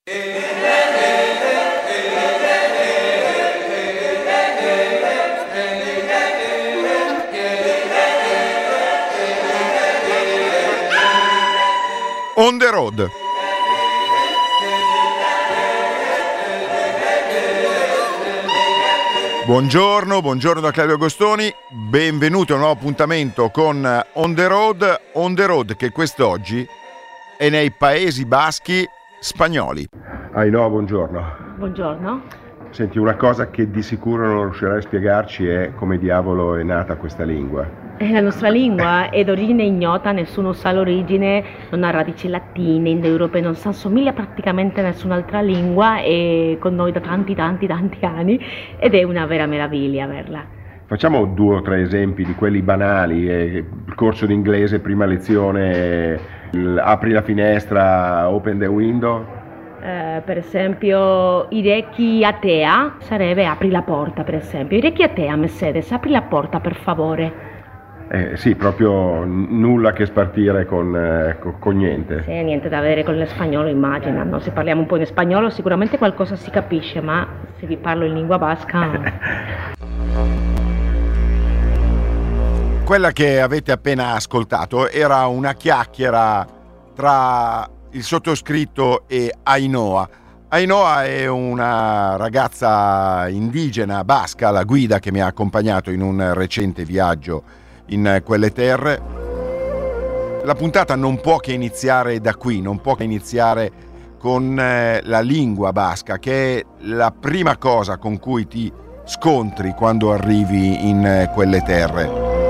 On the road. Buongiorno da Claudio Agostoni, benvenuti a un nuovo appuntamento con On the Road che quest'oggi è nei Paesi Baschi spagnoli. Ainhoa, buongiorno. Buongiorno. Senti, una cosa che di sicuro non riuscirai a spiegarci è come diavolo è nata questa lingua. La nostra lingua è d'origine ignota, nessuno sa l'origine, non ha radici latine, indoeuropee, non si assomiglia praticamente a nessun'altra lingua, e con noi da tanti anni, ed è una vera meraviglia averla. Facciamo 2 o 3 esempi di quelli banali, il corso d'inglese, prima lezione, apri la finestra, open the window. Per esempio, Irechi a tea sarebbe apri la porta, per esempio. Irechi a tea, Mercedes, apri la porta per favore. Sì, proprio nulla che spartire con niente. Sì, niente da vedere con lo spagnolo, immagina, no? Se parliamo un po' in spagnolo sicuramente qualcosa si capisce, ma se vi parlo in lingua basca... Quella che avete appena ascoltato era una chiacchiera tra il sottoscritto e Ainhoa. Ainhoa è una ragazza indigena basca, la guida che mi ha accompagnato in un recente viaggio in quelle terre. La puntata non può che iniziare da qui, non può che iniziare con la lingua basca, che è la prima cosa con cui ti scontri quando arrivi in quelle terre.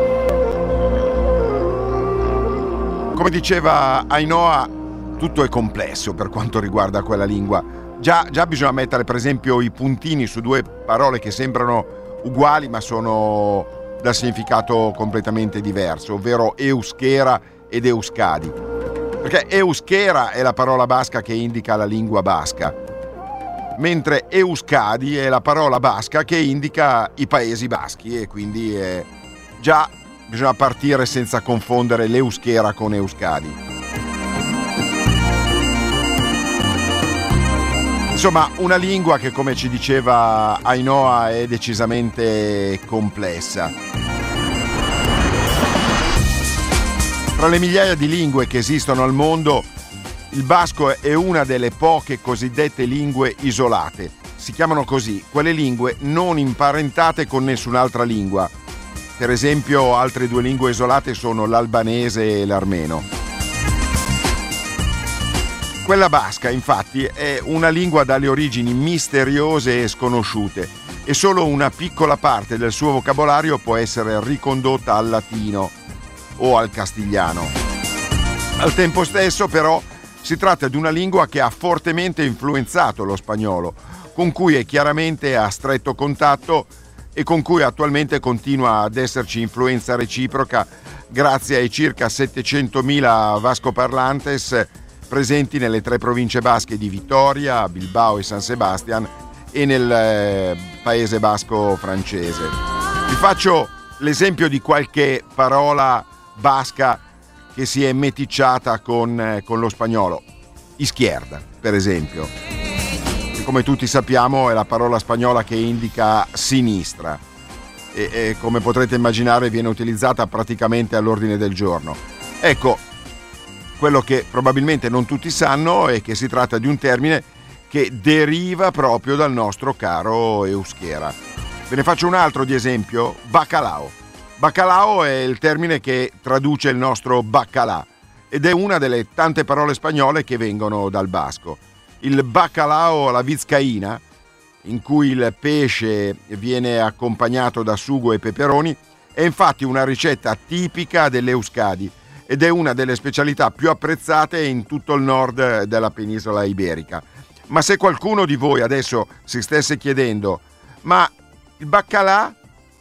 Come diceva Ainhoa, tutto è complesso per quanto riguarda quella lingua. Già bisogna mettere per esempio i puntini su 2 parole che sembrano uguali ma sono dal significato completamente diverso, ovvero euskera ed euskadi. Perché euskera è la parola basca che indica la lingua basca, mentre euskadi è la parola basca che indica i Paesi Baschi, e quindi già bisogna partire senza confondere l'euskera con euskadi. Insomma, una lingua che, come ci diceva Ainhoa, è decisamente complessa. Tra le migliaia di lingue che esistono al mondo, il basco è una delle poche cosiddette lingue isolate. Si chiamano così quelle lingue non imparentate con nessun'altra lingua. Per esempio, altre 2 lingue isolate sono l'albanese e l'armeno. Quella basca, infatti, è una lingua dalle origini misteriose e sconosciute, e solo una piccola parte del suo vocabolario può essere ricondotta al latino o al castigliano. Al tempo stesso, però, si tratta di una lingua che ha fortemente influenzato lo spagnolo, con cui è chiaramente a stretto contatto e con cui attualmente continua ad esserci influenza reciproca grazie ai circa 700.000 vascoparlantes presenti nelle 3 province basche di Vitoria, Bilbao e San Sebastian, e nel Paese Basco francese. Vi faccio l'esempio di qualche parola basca che si è meticciata con lo spagnolo. Izquierda, per esempio, che come tutti sappiamo è la parola spagnola che indica sinistra, e come potrete immaginare viene utilizzata praticamente all'ordine del giorno. Ecco, quello che probabilmente non tutti sanno è che si tratta di un termine che deriva proprio dal nostro caro euskera. Ve ne faccio un altro di esempio: bacalao. Bacalao è il termine che traduce il nostro baccalà, ed è una delle tante parole spagnole che vengono dal basco. Il bacalao alla vizcaína, in cui il pesce viene accompagnato da sugo e peperoni, è infatti una ricetta tipica delle Euskadi, ed è una delle specialità più apprezzate in tutto il nord della penisola iberica. Ma se qualcuno di voi adesso si stesse chiedendo: ma il baccalà?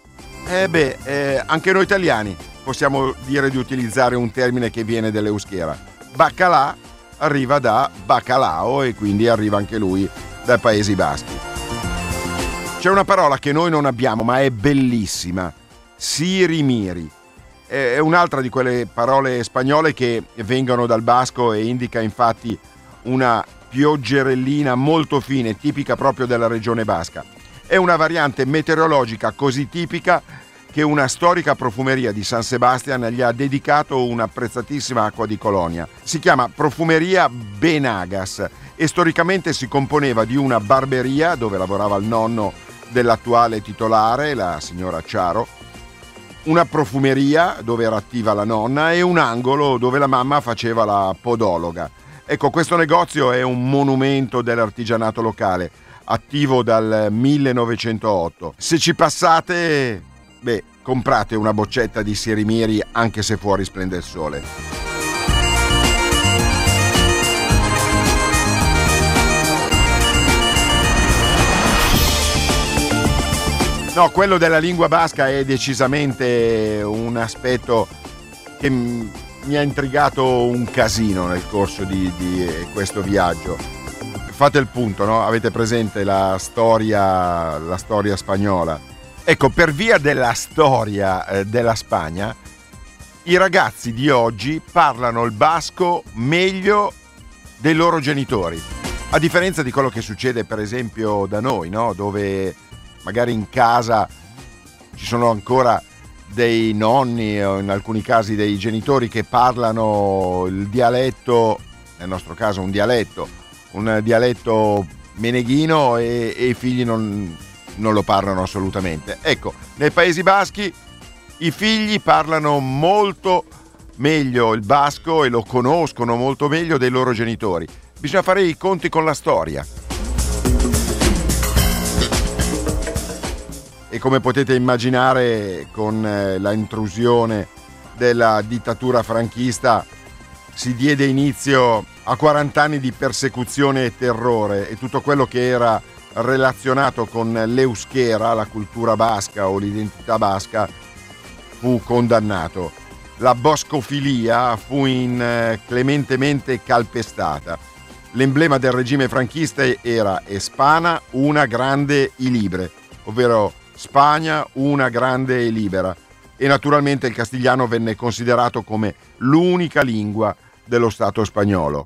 Anche noi italiani possiamo dire di utilizzare un termine che viene dall'euskera. Baccalà arriva da bacalao e quindi arriva anche lui dai Paesi Baschi. C'è una parola che noi non abbiamo ma è bellissima: sirimiri. È un'altra di quelle parole spagnole che vengono dal basco e indica infatti una pioggerellina molto fine, tipica proprio della regione basca. È una variante meteorologica così tipica che una storica profumeria di San Sebastian gli ha dedicato un'apprezzatissima acqua di colonia. Si chiama Profumeria Benagas e storicamente si componeva di una barberia dove lavorava il nonno dell'attuale titolare, la signora Ciaro, una profumeria dove era attiva la nonna e un angolo dove la mamma faceva la podologa. Ecco, questo negozio è un monumento dell'artigianato locale, attivo dal 1908. Se ci passate, comprate una boccetta di Sirimieri anche se fuori splende il sole. No, quello della lingua basca è decisamente un aspetto che mi ha intrigato un casino nel corso di questo viaggio. Fate il punto, no? Avete presente la storia spagnola? Ecco, per via della storia della Spagna, i ragazzi di oggi parlano il basco meglio dei loro genitori. A differenza di quello che succede per esempio da noi, no? Dove magari in casa ci sono ancora dei nonni o in alcuni casi dei genitori che parlano il dialetto, nel nostro caso un dialetto meneghino e i figli non lo parlano assolutamente. Ecco, nei Paesi Baschi i figli parlano molto meglio il basco e lo conoscono molto meglio dei loro genitori. Bisogna fare i conti con la storia. E come potete immaginare, con la intrusione della dittatura franchista si diede inizio a 40 anni di persecuzione e terrore, e tutto quello che era relazionato con l'euskera, la cultura basca o l'identità basca, fu condannato. La boscofilia fu clementemente calpestata. L'emblema del regime franchista era Espana una grande y libre, ovvero Spagna una grande e libera, e naturalmente il castigliano venne considerato come l'unica lingua dello Stato spagnolo.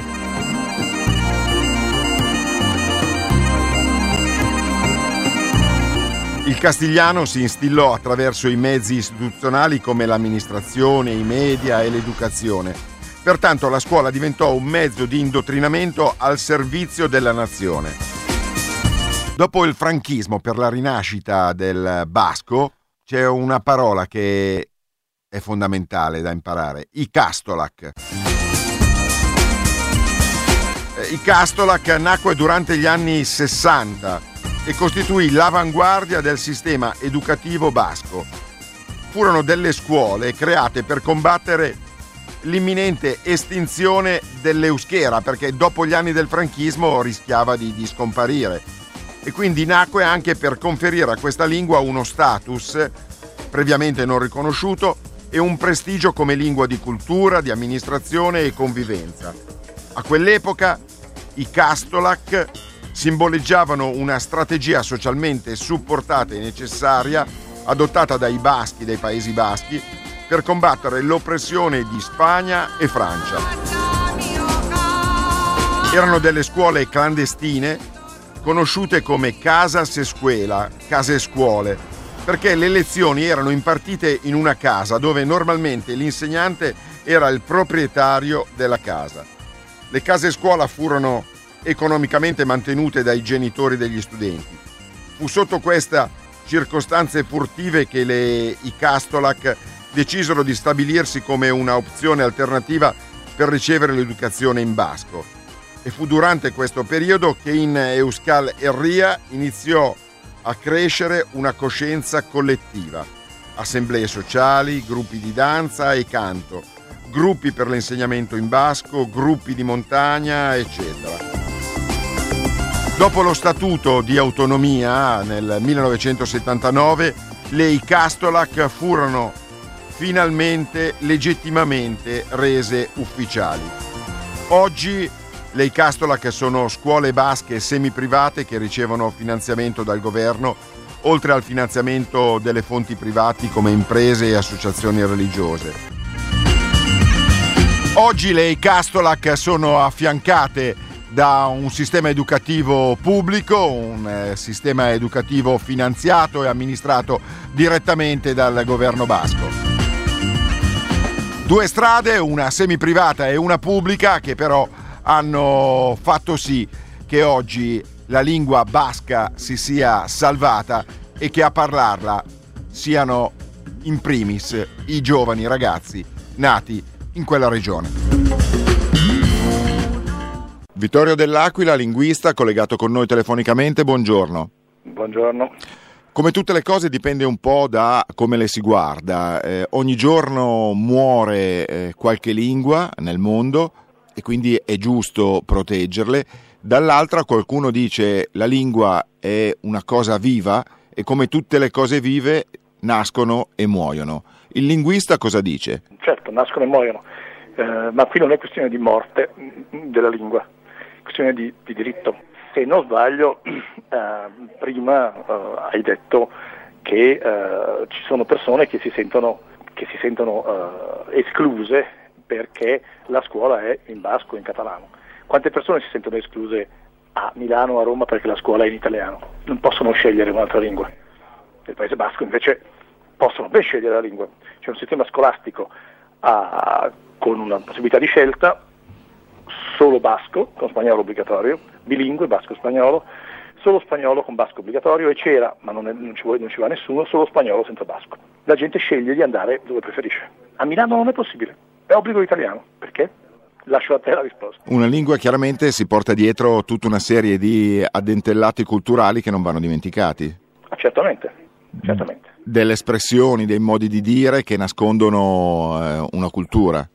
Il castigliano si instillò attraverso i mezzi istituzionali come l'amministrazione, i media e l'educazione. Pertanto la scuola diventò un mezzo di indottrinamento al servizio della nazione. Dopo il franchismo, per la rinascita del basco, c'è una parola che è fondamentale da imparare: Ikastolak. Ikastolak nacque durante gli anni 60 e costituì l'avanguardia del sistema educativo basco. Furono delle scuole create per combattere l'imminente estinzione dell'euskera, perché dopo gli anni del franchismo rischiava di scomparire. E quindi nacque anche per conferire a questa lingua uno status previamente non riconosciuto e un prestigio come lingua di cultura, di amministrazione e convivenza. A quell'epoca i Kastolak simboleggiavano una strategia socialmente supportata e necessaria adottata dai baschi, dei Paesi Baschi, per combattere l'oppressione di Spagna e Francia. Erano delle scuole clandestine conosciute come casas escuela, case scuole, perché le lezioni erano impartite in una casa dove normalmente l'insegnante era il proprietario della casa. Le case scuola furono economicamente mantenute dai genitori degli studenti. Fu sotto queste circostanze furtive che i Kastolak decisero di stabilirsi come una opzione alternativa per ricevere l'educazione in basco. E fu durante questo periodo che in Euskal Herria iniziò a crescere una coscienza collettiva. Assemblee sociali, gruppi di danza e canto, gruppi per l'insegnamento in basco, gruppi di montagna, eccetera. Dopo lo statuto di autonomia nel 1979, le Ikastolak furono finalmente legittimamente rese ufficiali. Oggi le Ikastolak sono scuole basche semiprivate che ricevono finanziamento dal governo, oltre al finanziamento delle fonti private come imprese e associazioni religiose. Oggi le Ikastolak sono affiancate da un sistema educativo pubblico, un sistema educativo finanziato e amministrato direttamente dal governo basco. Due strade, una semiprivata e una pubblica, che però hanno fatto sì che oggi la lingua basca si sia salvata e che a parlarla siano in primis i giovani ragazzi nati in quella regione. Vittorio Dell'Aquila, linguista, collegato con noi telefonicamente, buongiorno. Buongiorno. Come tutte le cose dipende un po' da come le si guarda. Ogni giorno muore qualche lingua nel mondo e quindi è giusto proteggerle. Dall'altra qualcuno dice la lingua è una cosa viva e come tutte le cose vive nascono e muoiono. Il linguista cosa dice? Certo, nascono e muoiono, ma qui non è questione di morte della lingua. Questione di diritto. Se non sbaglio, prima hai detto che ci sono persone che si sentono escluse perché la scuola è in basco, in catalano. Quante persone si sentono escluse a Milano, a Roma perché la scuola è in italiano? Non possono scegliere un'altra lingua. Nel Paese Basco invece possono ben scegliere la lingua. C'è un sistema scolastico con una possibilità di scelta, solo basco con spagnolo obbligatorio, bilingue basco-spagnolo, solo spagnolo con basco obbligatorio e c'era, ma non ci va nessuno, solo spagnolo senza basco. La gente sceglie di andare dove preferisce. A Milano non è possibile, è obbligo italiano. Perché? Lascio a te la risposta. Una lingua chiaramente si porta dietro tutta una serie di addentellati culturali che non vanno dimenticati. Certamente. Delle espressioni, dei modi di dire che nascondono una cultura.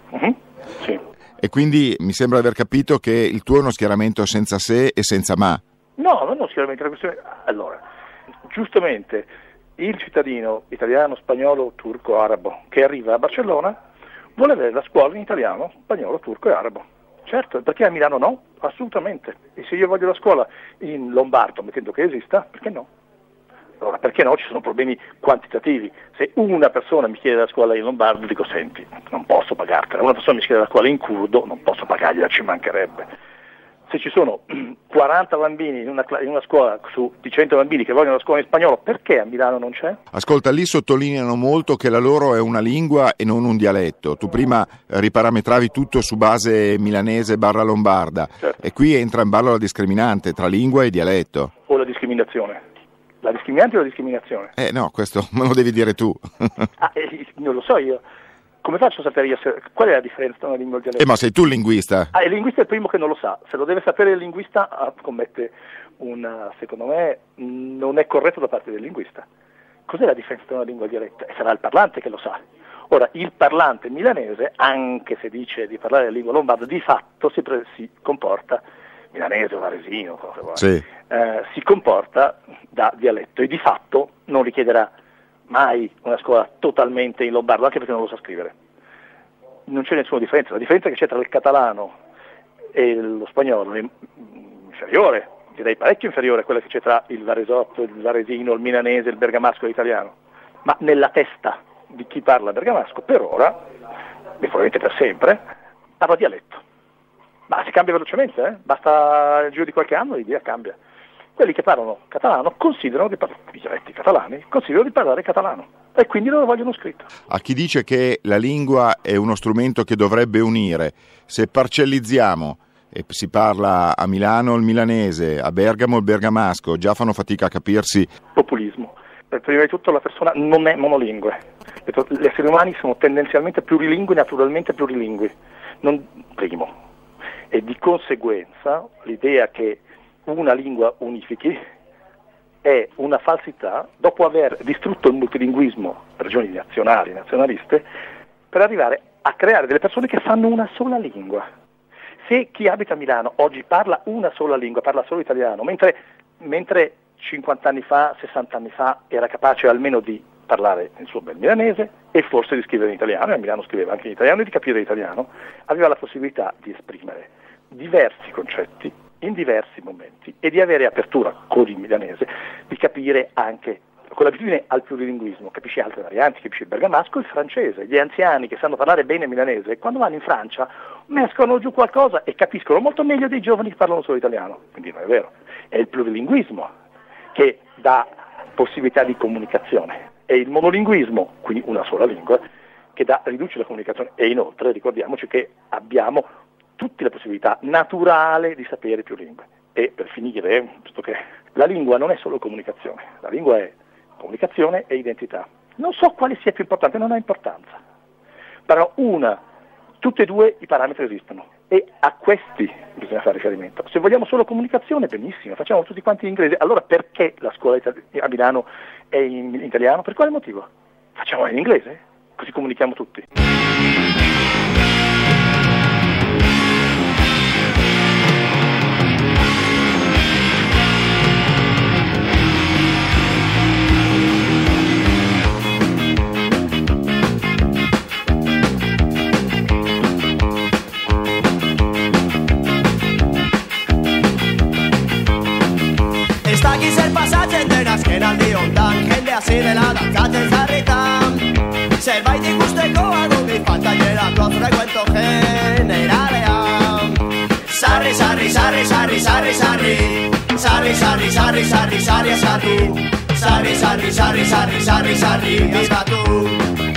Sì. E quindi mi sembra aver capito che il tuo è uno schieramento senza se e senza ma. No, non schieramento, è una questione. Allora, giustamente il cittadino italiano, spagnolo, turco, arabo che arriva a Barcellona vuole avere la scuola in italiano, spagnolo, turco e arabo. Certo, perché a Milano no? Assolutamente. E se io voglio la scuola in lombardo, mettendo che esista, perché no? Allora, perché no? Ci sono problemi quantitativi. Se una persona mi chiede la scuola in lombardo, dico senti, non posso pagartela. Una persona mi chiede la scuola in curdo, non posso pagargliela, ci mancherebbe. Se ci sono 40 bambini in una scuola di 100 bambini che vogliono la scuola in spagnolo, perché a Milano non c'è? Ascolta, lì sottolineano molto che la loro è una lingua e non un dialetto. Tu prima riparametravi tutto su base milanese / lombarda, certo. E qui entra in ballo la discriminante tra lingua e dialetto. O la discriminazione. La discriminante o la discriminazione? No, questo me lo devi dire tu. Non lo so io. Come faccio a sapere io qual è la differenza tra una lingua e il dialetto? Ma sei tu il linguista? Il linguista è il primo che non lo sa. Se lo deve sapere il linguista, commette secondo me, non è corretto da parte del linguista. Cos'è la differenza tra una lingua e il dialetto? E sarà il parlante che lo sa. Ora, il parlante milanese, anche se dice di parlare la lingua lombarda, di fatto si comporta, milanese o varesino, cosa vuoi, sì. Si comporta da dialetto e di fatto non richiederà mai una scuola totalmente in lombardo, anche perché non lo sa scrivere. Non c'è nessuna differenza. La differenza che c'è tra il catalano e lo spagnolo è inferiore, direi parecchio inferiore a quella che c'è tra il varesotto, il varesino, il milanese, il bergamasco e l'italiano. Ma nella testa di chi parla bergamasco, per ora, e probabilmente per sempre, parla dialetto. Ma si cambia velocemente, basta il giro di qualche anno l'idea cambia. Quelli che parlano catalano considerano di parlare, i dialetti catalani considerano di parlare catalano e quindi lo vogliono scritto. A chi dice che la lingua è uno strumento che dovrebbe unire, se parcellizziamo e si parla a Milano il milanese, a Bergamo il bergamasco, già fanno fatica a capirsi. Populismo. Prima di tutto la persona non è monolingue. Gli esseri umani sono tendenzialmente plurilingui, naturalmente plurilingui. Primo. E di conseguenza l'idea che una lingua unifichi è una falsità dopo aver distrutto il multilinguismo per ragioni nazionali, nazionaliste, per arrivare a creare delle persone che fanno una sola lingua. Se chi abita a Milano oggi parla una sola lingua, parla solo italiano, mentre 50 anni fa, 60 anni fa era capace almeno di parlare il suo bel milanese e forse di scrivere in italiano, e a Milano scriveva anche in italiano e di capire l'italiano, aveva la possibilità di esprimere diversi concetti in diversi momenti e di avere apertura con il milanese, di capire anche con l'abitudine al plurilinguismo, capisce altre varianti, capisce il bergamasco e il francese. Gli anziani che sanno parlare bene il milanese, quando vanno in Francia mescolano giù qualcosa e capiscono molto meglio dei giovani che parlano solo italiano. Quindi non è vero, è il plurilinguismo che dà possibilità di comunicazione, è il monolinguismo, quindi una sola lingua, che riduce la comunicazione. E inoltre ricordiamoci che abbiamo tutte le possibilità naturali di sapere più lingue. E per finire, visto che la lingua non è solo comunicazione, la lingua è comunicazione e identità. Non so quale sia più importante, non ha importanza, però tutte e due i parametri esistono e a questi bisogna fare riferimento. Se vogliamo solo comunicazione, benissimo, facciamo tutti quanti in inglese. Allora perché la scuola a Milano è in italiano? Per quale motivo? Facciamo in inglese, così comunichiamo tutti. Esquena de ondan, jende hasi dela dantzatzen sarritan. Zerbait ikusteko adondi falta jera klozre cuento generalean. Sarri, sarri, sarri, sarri, sarri, sarri. Sarri, sarri, sarri, sarri, sarri, eskatu. Sarri, sarri, sarri, sarri, sarri, sarri, eskatu.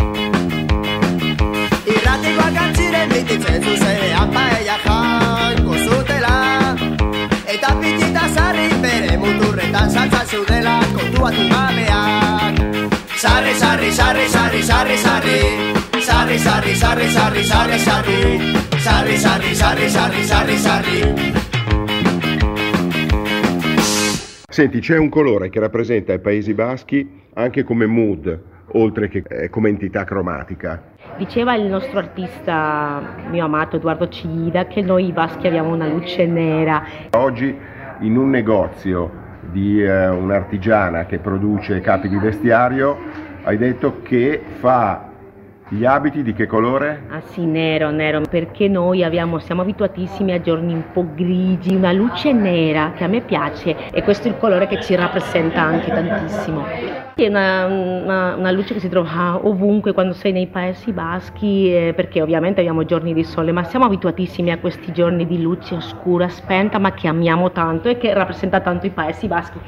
Irratikoak antziren bititzen zuzenean paella jango zutela. Eta pitita sarri bere muturretan saltza zeudela kontuatu gabeak. Sarri, sarri, sarri, sarri, sarri, sarri. Sarri, sarri, sarri, sarri, sarri, sarri. Sarri, sarri, sarri, sarri, sarri, sarri. Senti, c'è un colore che rappresenta i Paesi Baschi anche come mood, oltre che come entità cromatica. Diceva il nostro artista, mio amato Edoardo Chillida, che noi baschi abbiamo una luce nera. Oggi in un negozio di un'artigiana che produce capi di vestiario hai detto che fa gli abiti di che colore? Ah sì, nero, perché noi siamo abituatissimi a giorni un po' grigi, una luce nera che a me piace e questo è il colore che ci rappresenta anche tantissimo. È una luce che si trova ovunque quando sei nei Paesi Baschi, perché ovviamente abbiamo giorni di sole, ma siamo abituatissimi a questi giorni di luce oscura, spenta, ma che amiamo tanto e che rappresenta tanto i Paesi Baschi.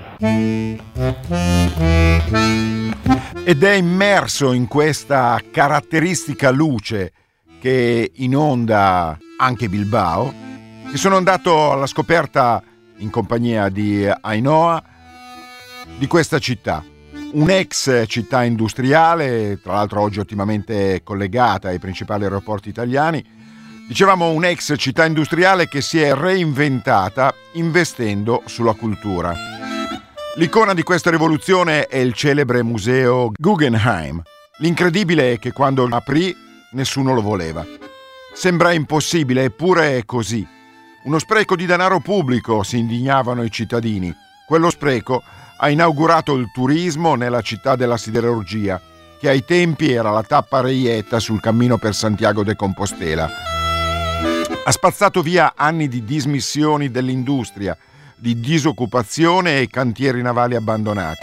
Ed è immerso in questa caratteristica luce che inonda anche Bilbao, che sono andato alla scoperta in compagnia di Ainhoa di questa città. Un'ex città industriale, tra l'altro oggi ottimamente collegata ai principali aeroporti italiani. Dicevamo un'ex città industriale che si è reinventata investendo sulla cultura. L'icona di questa rivoluzione è il celebre museo Guggenheim. L'incredibile è che quando aprì nessuno lo voleva. Sembra impossibile, eppure è così. Uno spreco di denaro pubblico, si indignavano i cittadini. Quello spreco ha inaugurato il turismo nella città della siderurgia, che ai tempi era la tappa reietta sul cammino per Santiago de Compostela. Ha spazzato via anni di dismissioni dell'industria, di disoccupazione e cantieri navali abbandonati.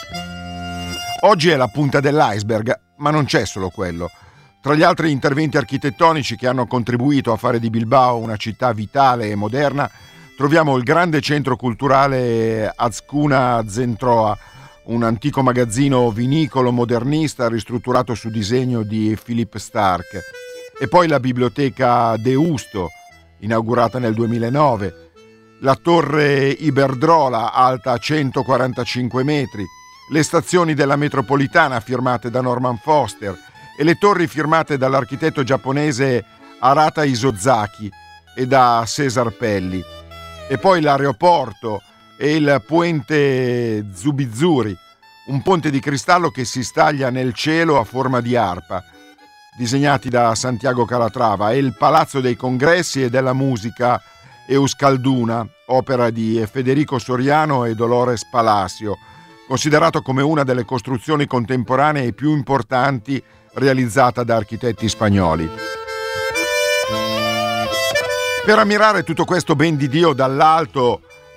Oggi è la punta dell'iceberg, ma non c'è solo quello. Tra gli altri interventi architettonici che hanno contribuito a fare di Bilbao una città vitale e moderna, troviamo il grande centro culturale Azcuna Zentroa, un antico magazzino vinicolo modernista ristrutturato su disegno di Philip Stark, e poi la biblioteca De Usto, inaugurata nel 2009, la torre Iberdrola, alta 145 metri, le stazioni della metropolitana firmate da Norman Foster e le torri firmate dall'architetto giapponese Arata Isozaki e da Cesar Pelli. E poi l'aeroporto e il puente Zubizzuri, un ponte di cristallo che si staglia nel cielo a forma di arpa, disegnati da Santiago Calatrava, e il Palazzo dei Congressi e della Musica Euskalduna, opera di Federico Soriano e Dolores Palacio, considerato come una delle costruzioni contemporanee più importanti realizzata da architetti spagnoli. Per ammirare tutto questo ben di Dio dall'alto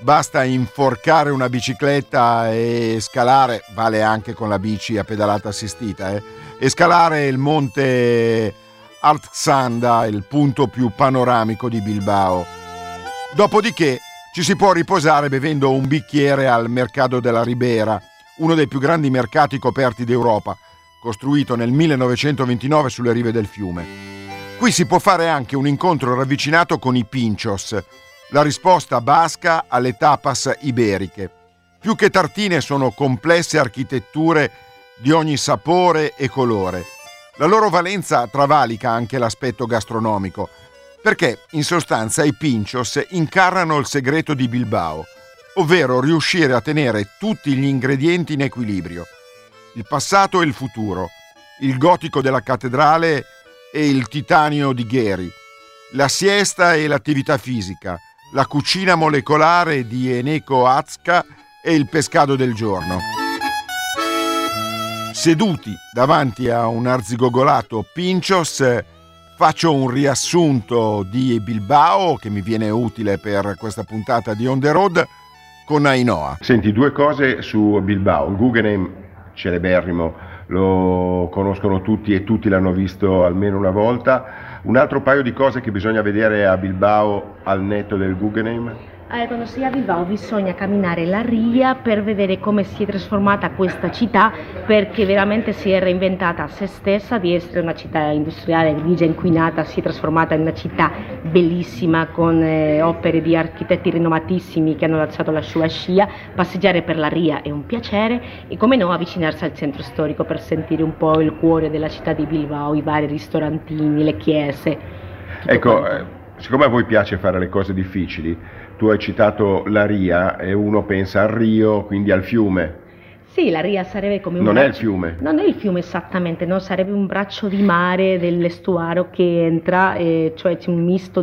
basta inforcare una bicicletta e scalare, vale anche con la bici a pedalata assistita, e scalare il monte Artsanda, il punto più panoramico di Bilbao. Dopodiché ci si può riposare bevendo un bicchiere al Mercado della Ribera, uno dei più grandi mercati coperti d'Europa, costruito nel 1929 sulle rive del fiume. Qui si può fare anche un incontro ravvicinato con i pinchos, la risposta basca alle tapas iberiche. Più che tartine sono complesse architetture di ogni sapore e colore. La loro valenza travalica anche l'aspetto gastronomico, perché in sostanza i pinchos incarnano il segreto di Bilbao, ovvero riuscire a tenere tutti gli ingredienti in equilibrio. Il passato e il futuro, il gotico della cattedrale e il titanio di Gheri, la siesta e l'attività fisica, la cucina molecolare di Eneko Azca e il pescado del giorno. Seduti davanti a un arzigogolato pinchos, faccio un riassunto di Bilbao che mi viene utile per questa puntata di On the Road con Ainhoa. Senti, due cose su Bilbao. Il Guggenheim, celeberrimo, lo conoscono tutti e tutti l'hanno visto almeno una volta. Un altro paio di cose che bisogna vedere a Bilbao al netto del Guggenheim? Quando si è a Bilbao bisogna camminare la Ria per vedere come si è trasformata questa città, perché veramente si è reinventata a se stessa di essere una città industriale grigia inquinata, si è trasformata in una città bellissima con opere di architetti rinomatissimi che hanno alzato la sua scia. Passeggiare per la Ria è un piacere e come no avvicinarsi al centro storico per sentire un po' il cuore della città di Bilbao, i vari ristorantini, le chiese. Ecco, siccome a voi piace fare le cose difficili, tu hai citato la Ria e uno pensa al Rio, quindi al fiume. Sì, la Ria sarebbe come un Non braccio... è il fiume. Non è il fiume esattamente, no? Sarebbe un braccio di mare dell'estuario che entra, cioè c'è un misto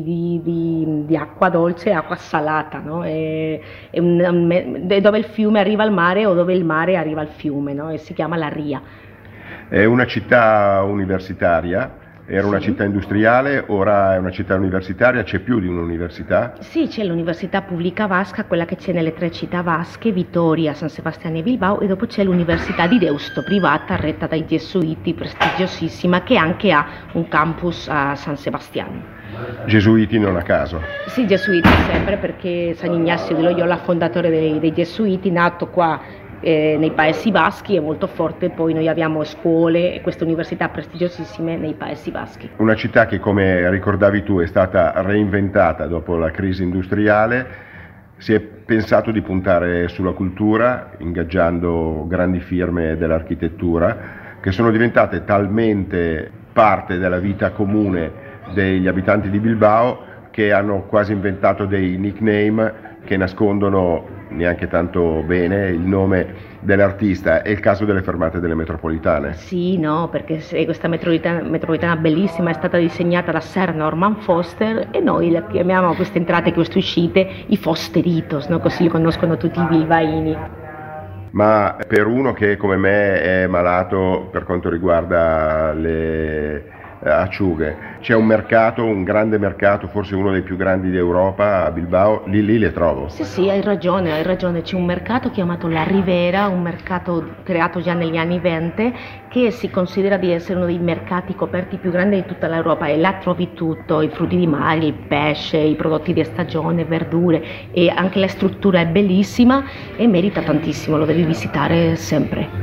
di acqua dolce e acqua salata, no? È dove il fiume arriva al mare o dove il mare arriva al fiume, no? E si chiama la Ria. È una città universitaria. Era una città industriale, ora è una città universitaria, c'è più di un'università? Sì, c'è l'Università Pubblica Vasca, quella che c'è nelle tre città vasche, Vitoria, San Sebastiano e Bilbao, e dopo c'è l'Università di Deusto, privata, retta dai gesuiti, prestigiosissima, che anche ha un campus a San Sebastiano. Gesuiti non a caso? Sì, gesuiti sempre, perché San Ignazio di Loyola, fondatore dei gesuiti, nato qua nei Paesi Baschi, è molto forte. Poi noi abbiamo scuole e queste università prestigiosissime nei Paesi Baschi. Una città che, come ricordavi tu, è stata reinventata dopo la crisi industriale. Si è pensato di puntare sulla cultura, ingaggiando grandi firme dell'architettura che sono diventate talmente parte della vita comune degli abitanti di Bilbao che hanno quasi inventato dei nickname che nascondono neanche tanto bene il nome dell'artista. È il caso delle fermate delle metropolitane. Sì, no, perché questa metropolitana bellissima è stata disegnata da Sir Norman Foster e noi la chiamiamo queste entrate e queste uscite i Fosteritos, no? Così li conoscono tutti i bilbaini. Ma per uno che come me è malato per quanto riguarda le acciughe, c'è un mercato, un grande mercato, forse uno dei più grandi d'Europa a Bilbao, lì le trovo. Sì, hai ragione, c'è un mercato chiamato La Rivera, un mercato creato già negli anni 20 che si considera di essere uno dei mercati coperti più grandi di tutta l'Europa, e là trovi tutto, i frutti di mare, il pesce, i prodotti di stagione, verdure, e anche la struttura è bellissima e merita tantissimo, lo devi visitare sempre.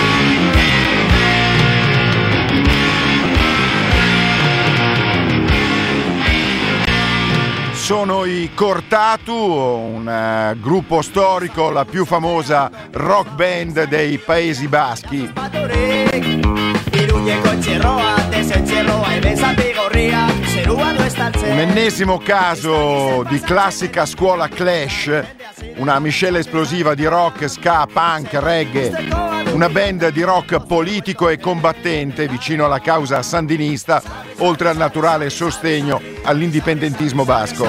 Sono i Cortatu, un gruppo storico, la più famosa rock band dei Paesi Baschi. Un ennesimo caso di classica scuola Clash, una miscela esplosiva di rock, ska, punk, reggae. Una band di rock politico e combattente vicino alla causa sandinista, oltre al naturale sostegno all'indipendentismo basco.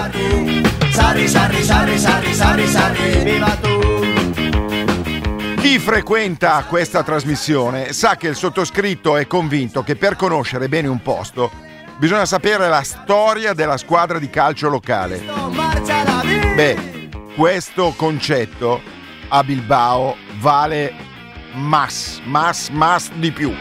Chi frequenta questa trasmissione sa che il sottoscritto è convinto che per conoscere bene un posto bisogna sapere la storia della squadra di calcio locale. Beh, questo concetto a Bilbao vale más di più.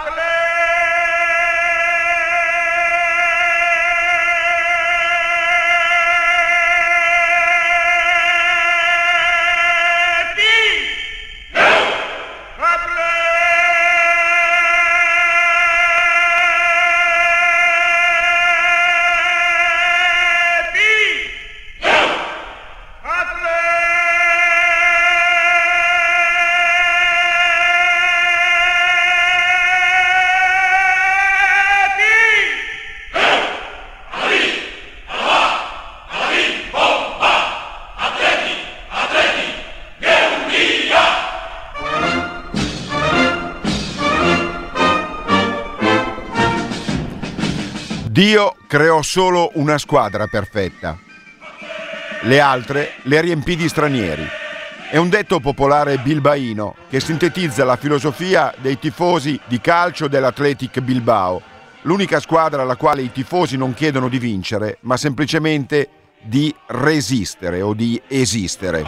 Dio creò solo una squadra perfetta. Le altre le riempì di stranieri. È un detto popolare bilbaino che sintetizza la filosofia dei tifosi di calcio dell'Athletic Bilbao, l'unica squadra alla quale i tifosi non chiedono di vincere, ma semplicemente di resistere o di esistere.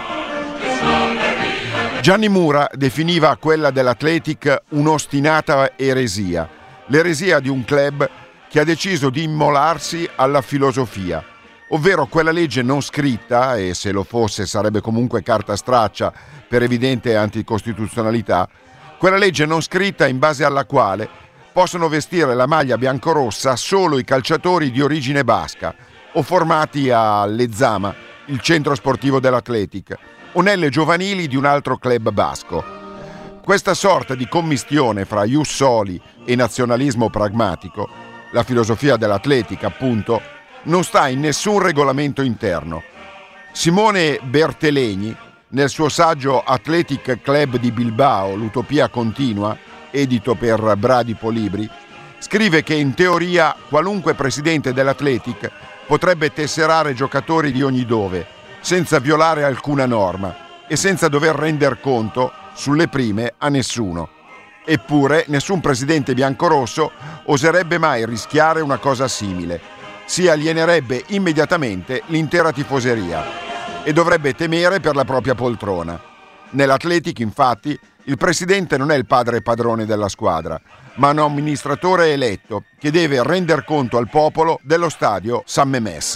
Gianni Mura definiva quella dell'Athletic un'ostinata eresia, l'eresia di un club che ha deciso di immolarsi alla filosofia, ovvero quella legge non scritta, e se lo fosse sarebbe comunque carta straccia per evidente anticostituzionalità, quella legge non scritta in base alla quale possono vestire la maglia biancorossa solo i calciatori di origine basca o formati a Lezama, il centro sportivo dell'Athletic, o nelle giovanili di un altro club basco. Questa sorta di commistione fra ius soli e nazionalismo pragmatico, la filosofia dell'Athletic appunto, non sta in nessun regolamento interno. Simone Bertelegni, nel suo saggio Athletic Club di Bilbao, l'utopia continua, edito per Bradipo Libri, scrive che in teoria qualunque presidente dell'Athletic potrebbe tesserare giocatori di ogni dove, senza violare alcuna norma e senza dover render conto sulle prime a nessuno. Eppure nessun presidente biancorosso oserebbe mai rischiare una cosa simile. Si alienerebbe immediatamente l'intera tifoseria e dovrebbe temere per la propria poltrona. Nell'Athletic, infatti, il presidente non è il padre padrone della squadra, ma un amministratore eletto che deve render conto al popolo dello stadio San Memés.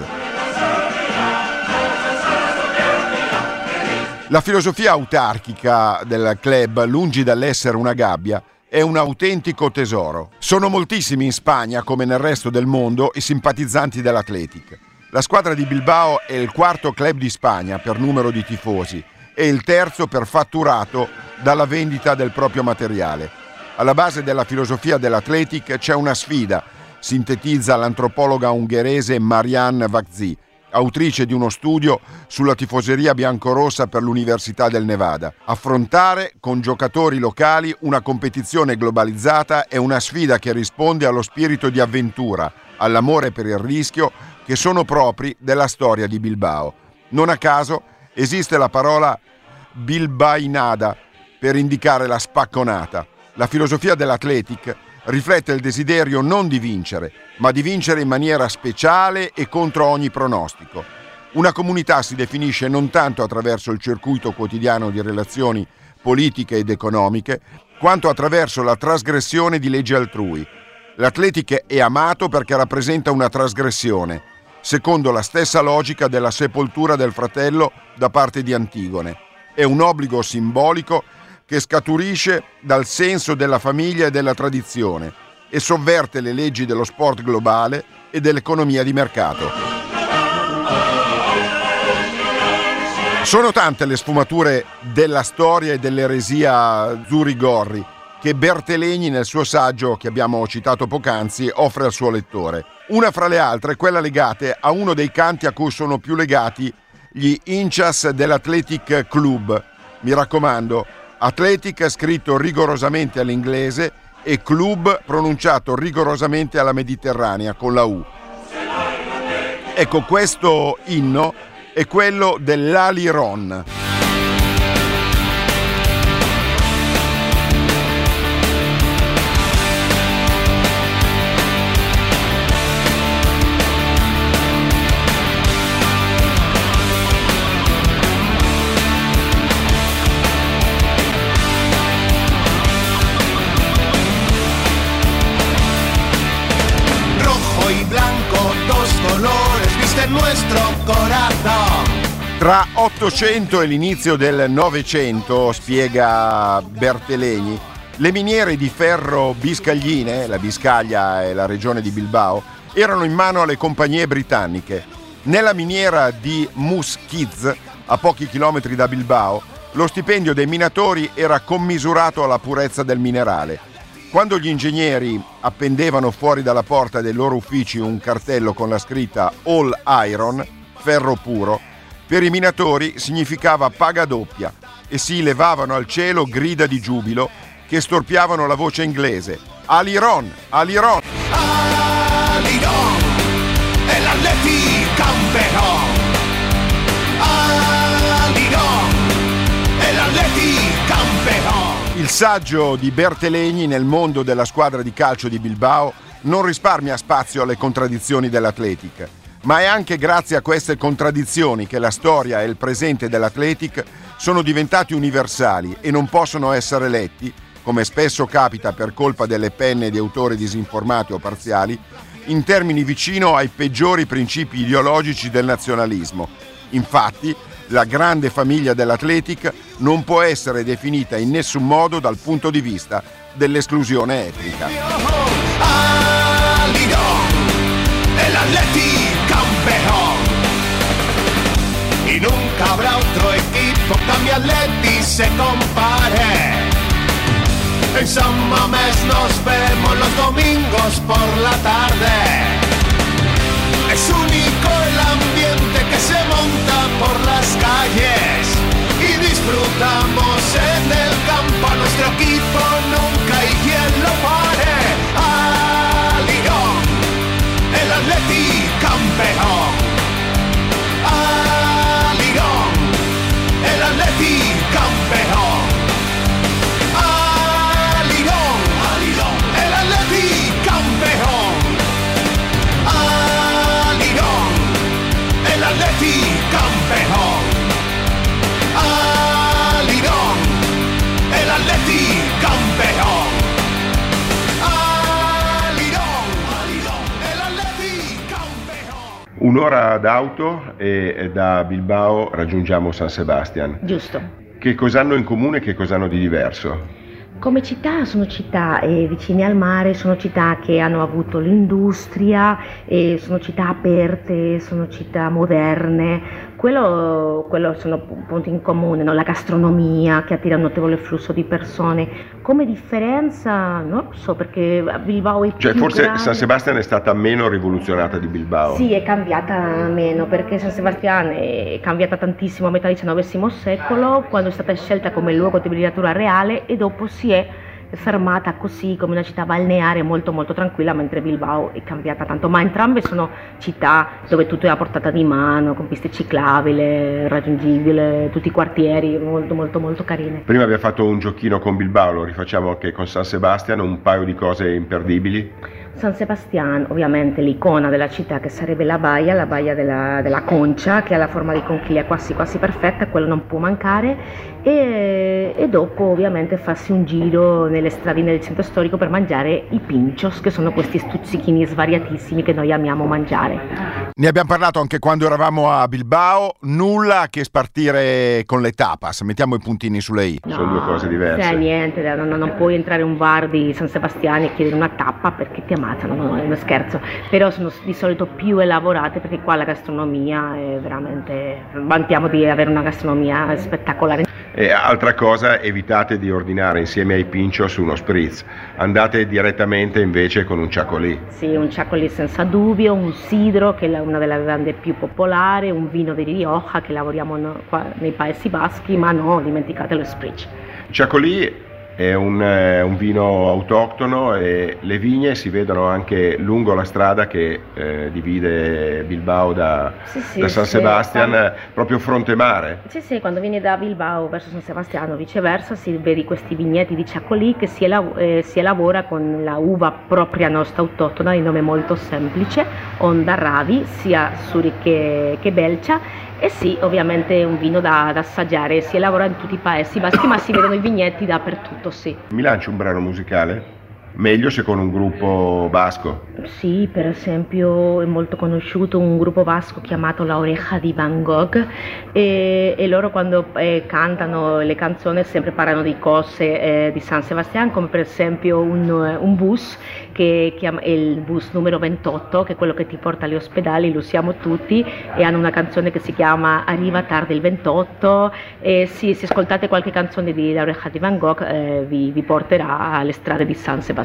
La filosofia autarchica del club, lungi dall'essere una gabbia, è un autentico tesoro. Sono moltissimi in Spagna, come nel resto del mondo, i simpatizzanti dell'Athletic. La squadra di Bilbao è il quarto club di Spagna per numero di tifosi e il terzo per fatturato dalla vendita del proprio materiale. Alla base della filosofia dell'Athletic c'è una sfida, sintetizza l'antropologa ungherese Marianne Vaczi, autrice di uno studio sulla tifoseria biancorossa per l'Università del Nevada. Affrontare con giocatori locali una competizione globalizzata è una sfida che risponde allo spirito di avventura, all'amore per il rischio che sono propri della storia di Bilbao. Non a caso esiste la parola bilbainada per indicare la spacconata. La filosofia dell'Athletic riflette il desiderio non di vincere, ma di vincere in maniera speciale e contro ogni pronostico. Una comunità si definisce non tanto attraverso il circuito quotidiano di relazioni politiche ed economiche, quanto attraverso la trasgressione di leggi altrui. L'Athletic è amato perché rappresenta una trasgressione, secondo la stessa logica della sepoltura del fratello da parte di Antigone. È un obbligo simbolico che scaturisce dal senso della famiglia e della tradizione e sovverte le leggi dello sport globale e dell'economia di mercato. Sono tante le sfumature della storia e dell'eresia Zurigorri che Bertelegni nel suo saggio che abbiamo citato poc'anzi offre al suo lettore. Una fra le altre è quella legata a uno dei canti a cui sono più legati gli hinchas dell'Athletic Club. Mi raccomando, Athletic scritto rigorosamente all'inglese e club pronunciato rigorosamente alla mediterranea con la U. Ecco, questo inno è quello dell'Aliron. Tra 800 e l'inizio del Novecento, spiega Bertelegni, le miniere di ferro biscagline, la Biscaglia e la regione di Bilbao, erano in mano alle compagnie britanniche. Nella miniera di Musquiz, a pochi chilometri da Bilbao, lo stipendio dei minatori era commisurato alla purezza del minerale. Quando gli ingegneri appendevano fuori dalla porta dei loro uffici un cartello con la scritta All Iron, ferro puro, per i minatori significava paga doppia e si levavano al cielo grida di giubilo che storpiavano la voce inglese. Aliron! Aliron! Aliron! E l'Atleti campeón! Aliron! E l'Atleti campeón! Il saggio di Bertelegni nel mondo della squadra di calcio di Bilbao non risparmia spazio alle contraddizioni dell'Athletic, ma è anche grazie a queste contraddizioni che la storia e il presente dell'Athletic sono diventati universali e non possono essere letti, come spesso capita per colpa delle penne di autori disinformati o parziali, in termini vicino ai peggiori principi ideologici del nazionalismo. Infatti, la grande famiglia dell'Athletic non può essere definita in nessun modo dal punto di vista dell'esclusione etnica. Y nunca habrá otro equipo que a mi Atleti se compare. En San Mamés nos vemos los domingos por la tarde. Es único el ambiente que se monta por las calles y disfrutamos en el campo a nuestro equipo, nunca hay quien lo pare. Al Lyon, el Atleti campeón. Al Lyon, el Atleti campeón. Al Lyon, el Atleti campeón. Al Lyon, el Atleti campeón. Al Lyon, el Atleti campeón. Al Lyon, el Atleti campeón. Un'ora d'auto e da Bilbao raggiungiamo San Sebastian. Giusto. Che cosa hanno in comune e che cosa hanno di diverso? Come città sono città vicine al mare, sono città che hanno avuto l'industria, sono città aperte, sono città moderne. Quello sono punti in comune, no? La gastronomia che attira un notevole flusso di persone. Come differenza, non so, perché Bilbao è Cioè più forse grande. San Sebastian è stata meno rivoluzionata di Bilbao. Sì, è cambiata meno, perché San Sebastian è cambiata tantissimo a metà XIX secolo, quando è stata scelta come luogo di villeggiatura reale, e dopo si è fermata così come una città balneare molto molto tranquilla, mentre Bilbao è cambiata tanto. Ma entrambe sono città dove tutto è a portata di mano, con piste ciclabili, raggiungibile, tutti i quartieri molto molto molto carine. Prima abbiamo fatto un giochino con Bilbao, lo rifacciamo anche con San Sebastian, un paio di cose imperdibili. San Sebastián, ovviamente l'icona della città, che sarebbe la baia della Concia, che ha la forma di conchiglia quasi perfetta, quello non può mancare, e dopo ovviamente farsi un giro nelle stradine del centro storico per mangiare i pinchos, che sono questi stuzzichini svariatissimi che noi amiamo mangiare. Ne abbiamo parlato anche quando eravamo a Bilbao, nulla che spartire con le tapas, mettiamo i puntini sulle i. Sono due cose diverse. Niente, non puoi entrare in un bar di San Sebastiano e chiedere una tappa perché ti ammazzano, no, è uno scherzo, però sono di solito più elaborate, perché qua la gastronomia è veramente, vantiamo di avere una gastronomia spettacolare. E altra cosa, evitate di ordinare insieme ai pinchos uno spritz, andate direttamente invece con un ciacolì. Sì, un ciacolì senza dubbio, un sidro che è una delle bevande più popolari, un vino di Rioja che lavoriamo qua nei Paesi Baschi, ma no, dimenticate lo spritz. Ciacolì è un vino autoctono e le vigne si vedono anche lungo la strada che divide Bilbao da San Sebastian, proprio fronte mare. Sì, quando vieni da Bilbao verso San Sebastiano o viceversa si vedi questi vigneti di ciacolì che si elabora con la uva propria nostra autoctona di nome molto semplice, Onda Ravi, sia Suri che Belcia. E sì, ovviamente è un vino da assaggiare, si elabora in tutti i Paesi Baschi, ma si vedono i vigneti dappertutto, sì. Mi lanci un brano musicale? Meglio se con un gruppo basco. Sì, per esempio è molto conosciuto un gruppo basco chiamato La Oreja di Van Gogh e loro quando cantano le canzoni sempre parlano di cose di San Sebastián, come per esempio un bus che è il bus numero 28, che è quello che ti porta agli ospedali, lo usiamo tutti, e hanno una canzone che si chiama Arriva tardi il 28 e sì, se ascoltate qualche canzone di La Oreja di Van Gogh vi porterà alle strade di San Sebastián.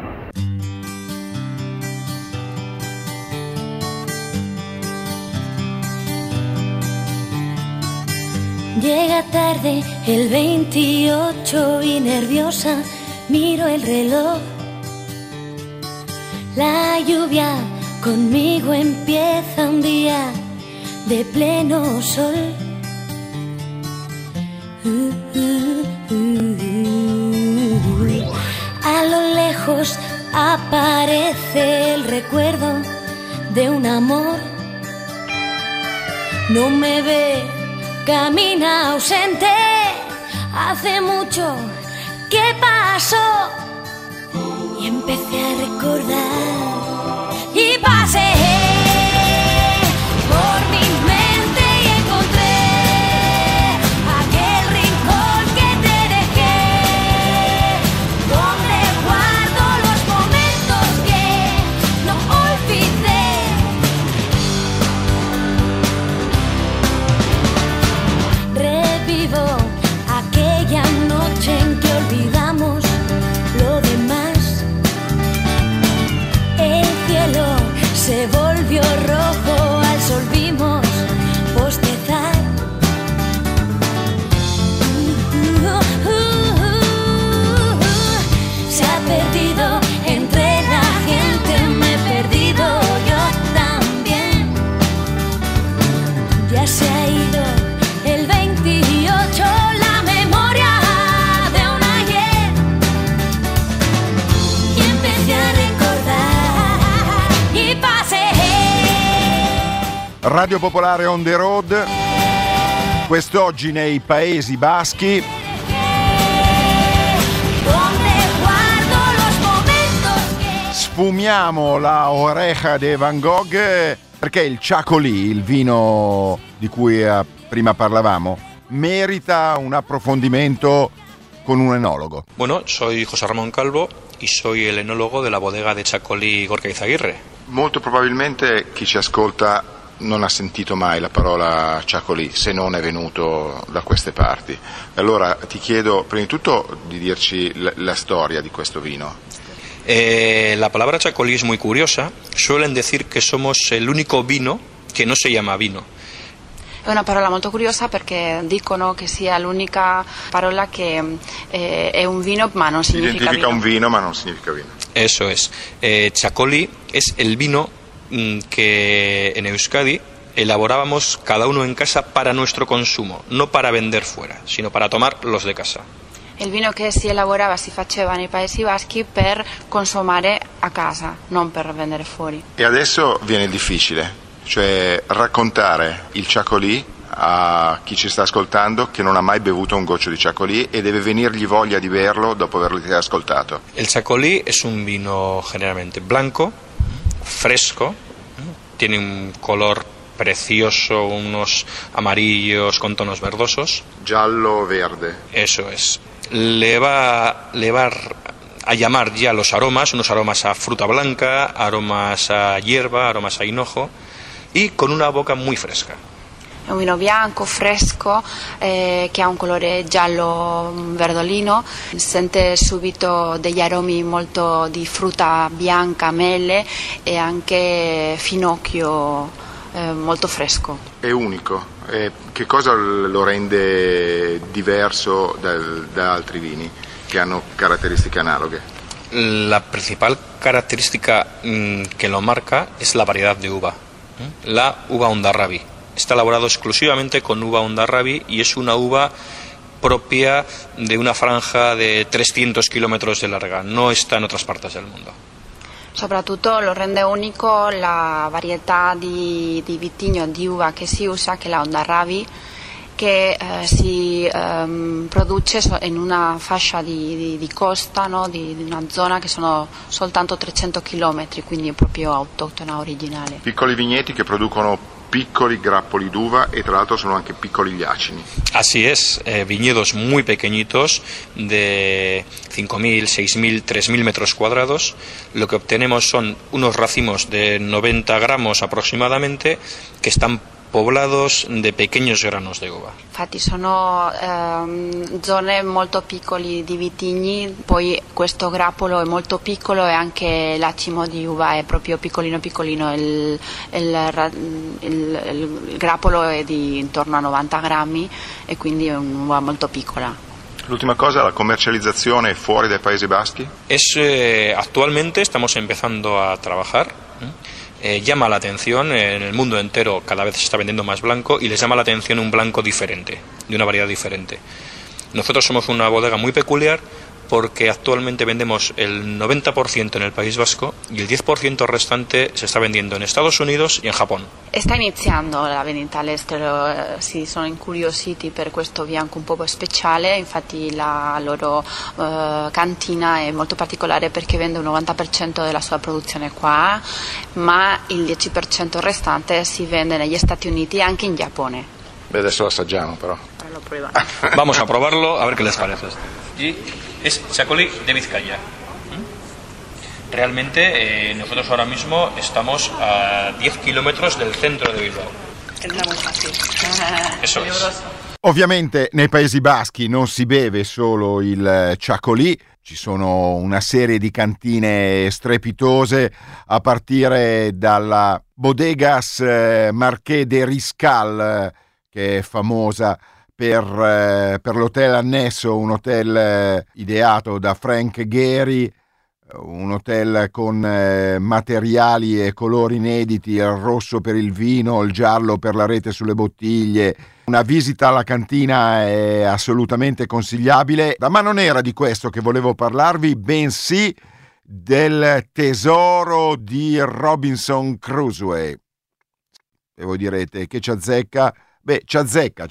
Llega tarde el 28 y nerviosa miro el reloj. La lluvia conmigo empieza un día de pleno sol. A lo lejos aparece el recuerdo de un amor. No me ve, camina ausente. Hace mucho que pasó y empecé a recordar y pasé por mi mente y encontré aquel rincón que te dejé, donde guardo los momentos que no olvidé. Revivo aquella noche en que olvidamos lo demás. El cielo se volvió rojo, al sol vimos bostezar. Se ha perdido entre la gente, me he perdido yo también. Ya se ha ido el 28, la memoria de un ayer. Y empecé a recordar y pasé. Radio Popolare on the road, quest'oggi nei Paesi Baschi. Donde guardo los momentos que Sfumiamo la Oreja de Van Gogh perché il Chacolí, il vino di cui prima parlavamo, merita un approfondimento con un enologo. Bueno, soy José Ramón Calvo y soy el enólogo de la bodega de Chacolí Gorka Izaguirre. Molto probabilmente chi ci ascolta non ha sentito mai la parola Chacolí se non è venuto da queste parti. Allora ti chiedo prima di tutto di dirci la storia di questo vino. La palabra Chacolí es muy curiosa. Suelen decir que somos el único vino che non si llama vino. È una parola molto curiosa perché dicono che sia l'unica parola che è un vino ma non significa Identifica vino. un vino ma non significa vino. Eso es. Chacolí es el vino que en Euskadi elaborábamos cada uno en casa para nuestro consumo, no para vender fuera, sino para tomar los de casa. Il vino che si elaborava, si faceva nei Paesi Baschi per consumare a casa, non per vendere fuori. E adesso viene il difficile, cioè raccontare il Chacolí a chi ci sta ascoltando che non ha mai bevuto un goccio di Chacolí e deve venirgli voglia di berlo dopo averlo ascoltato. El Chacolí es un vino generalmente blanco, fresco, tiene un color precioso, unos amarillos con tonos verdosos. Giallo verde. Eso es. Le va a llamar ya los aromas, unos aromas a fruta blanca, aromas a hierba, aromas a hinojo, y con una boca muy fresca. È un vino bianco, fresco, che ha un colore giallo verdolino, sente subito degli aromi molto di frutta bianca, mele e anche finocchio molto fresco. È unico. Che cosa lo rende diverso da altri vini che hanno caratteristiche analoghe? La principal característica que lo marca es la variedad de uva. La uva Ondarrabi. Está elaborado exclusivamente con uva Ondarrabi y es una uva propia de una franja de 300 kilómetros de larga. No está en otras partes del mundo. Soprattutto lo rende unico la varietà di vitigno di uva che si usa, che è la Ondarrabi, che si produce in una fascia di costa, no? di una zona che sono soltanto 300 km, quindi è proprio autoctona, originale. Piccoli vigneti che producono piccoli grappoli d'uva y tra l'altro son anche piccoli gli acini. Así es, viñedos muy pequeñitos de 5.000, 6.000, 3.000 metros cuadrados. Lo que obtenemos son unos racimos de 90 gramos aproximadamente que están poblados de pequeños granos de uva. Infatti sono zone molto piccoli di vitigni, poi questo grappolo è molto piccolo e anche l'acimo di uva è proprio piccolino, il grappolo è di intorno a 90 grammi e quindi è un'uva molto piccola. L'ultima cosa, la comercializzazione fuori dai Paesi Baschi? Actualmente estamos empezando a trabajar. Llama la atención, en el mundo entero cada vez se está vendiendo más blanco y les llama la atención un blanco diferente, de una variedad diferente. Nosotros somos una bodega muy peculiar porque actualmente vendemos el 90% en el País Vasco y el 10% restante se está vendiendo en Estados Unidos y en Japón. Sta iniziando la vendita all'estero, si sono incuriositi per questo bianco un po' speciale, infatti la loro cantina è molto particolare perché vende un 90% della sua produzione qua, ma il 10% restante si vende negli Stati Uniti e anche in Giappone. Beh, adesso lo assaggiamo però. Lo prueba. Vamos a probarlo a ver qué les parece. Y es chacolí de Vizcaya. Realmente nosotros ahora mismo estamos a 10 kilómetros del centro de Bilbao. È muy fácil. Eso es. Ovviamente nei Paesi Baschi non si beve solo il chacolí, ci sono una serie di cantine strepitose a partire dalla Bodegas Marqués de Riscal, che è famosa per l'hotel annesso, un hotel ideato da Frank Gehry, un hotel con materiali e colori inediti, il rosso per il vino, il giallo per la rete sulle bottiglie. Una visita alla cantina è assolutamente consigliabile, ma non era di questo che volevo parlarvi, bensì del tesoro di Robinson Crusoe. E voi direte che ci azzecca? Beh, ci azzecca.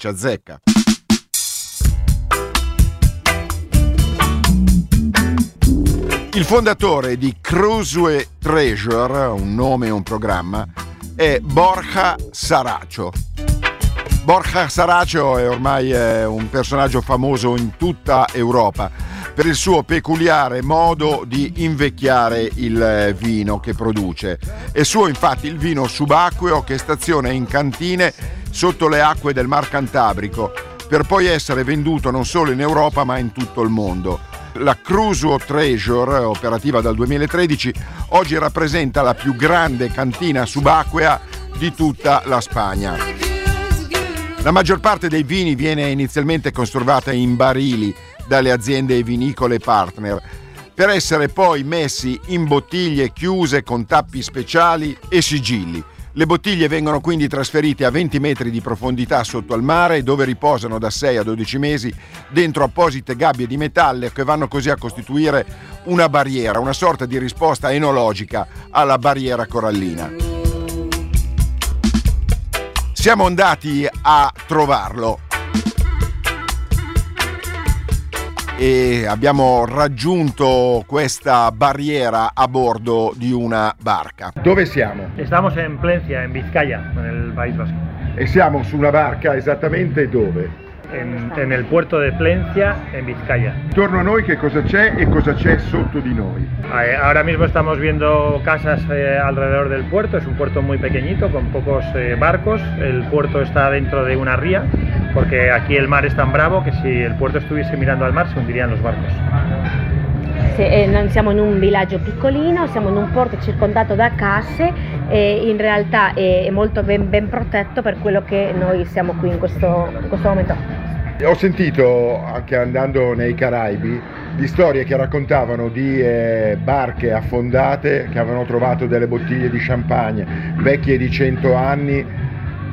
Il fondatore di Crusoe Treasure, un nome e un programma, è Borja Saracho. Borja Saracho è ormai un personaggio famoso in tutta Europa per il suo peculiare modo di invecchiare il vino che produce. È suo infatti il vino subacqueo che staziona in cantine sotto le acque del Mar Cantabrico, per poi essere venduto non solo in Europa ma in tutto il mondo. La Crusoe Treasure, operativa dal 2013, oggi rappresenta la più grande cantina subacquea di tutta la Spagna. La maggior parte dei vini viene inizialmente conservata in barili dalle aziende vinicole partner, per essere poi messi in bottiglie chiuse con tappi speciali e sigilli. Le bottiglie vengono quindi trasferite a 20 metri di profondità sotto al mare, dove riposano da 6 a 12 mesi dentro apposite gabbie di metallo che vanno così a costituire una barriera, una sorta di risposta enologica alla barriera corallina. Siamo andati a trovarlo e abbiamo raggiunto questa barriera a bordo di una barca. Dove siamo? Estamos en Plencia, en Vizcaya, en el País Vasco. E siamo su una barca esattamente dove? En el puerto de Plencia, en Vizcaya. Intorno a noi che cosa c'è e cosa c'è sotto di noi? Ahora mismo estamos viendo casas alrededor del puerto, es un puerto muy pequeñito con pocos barcos, el puerto está dentro de una ría, porque aquí el mar es tan bravo que si el puerto estuviese mirando al mar se hundirían los barcos. Noi siamo in un villaggio piccolino, siamo in un porto circondato da case e in realtà è molto ben protetto per quello che noi siamo qui in questo momento. Ho sentito, anche andando nei Caraibi, di storie che raccontavano di barche affondate che avevano trovato delle bottiglie di champagne vecchie di 100 anni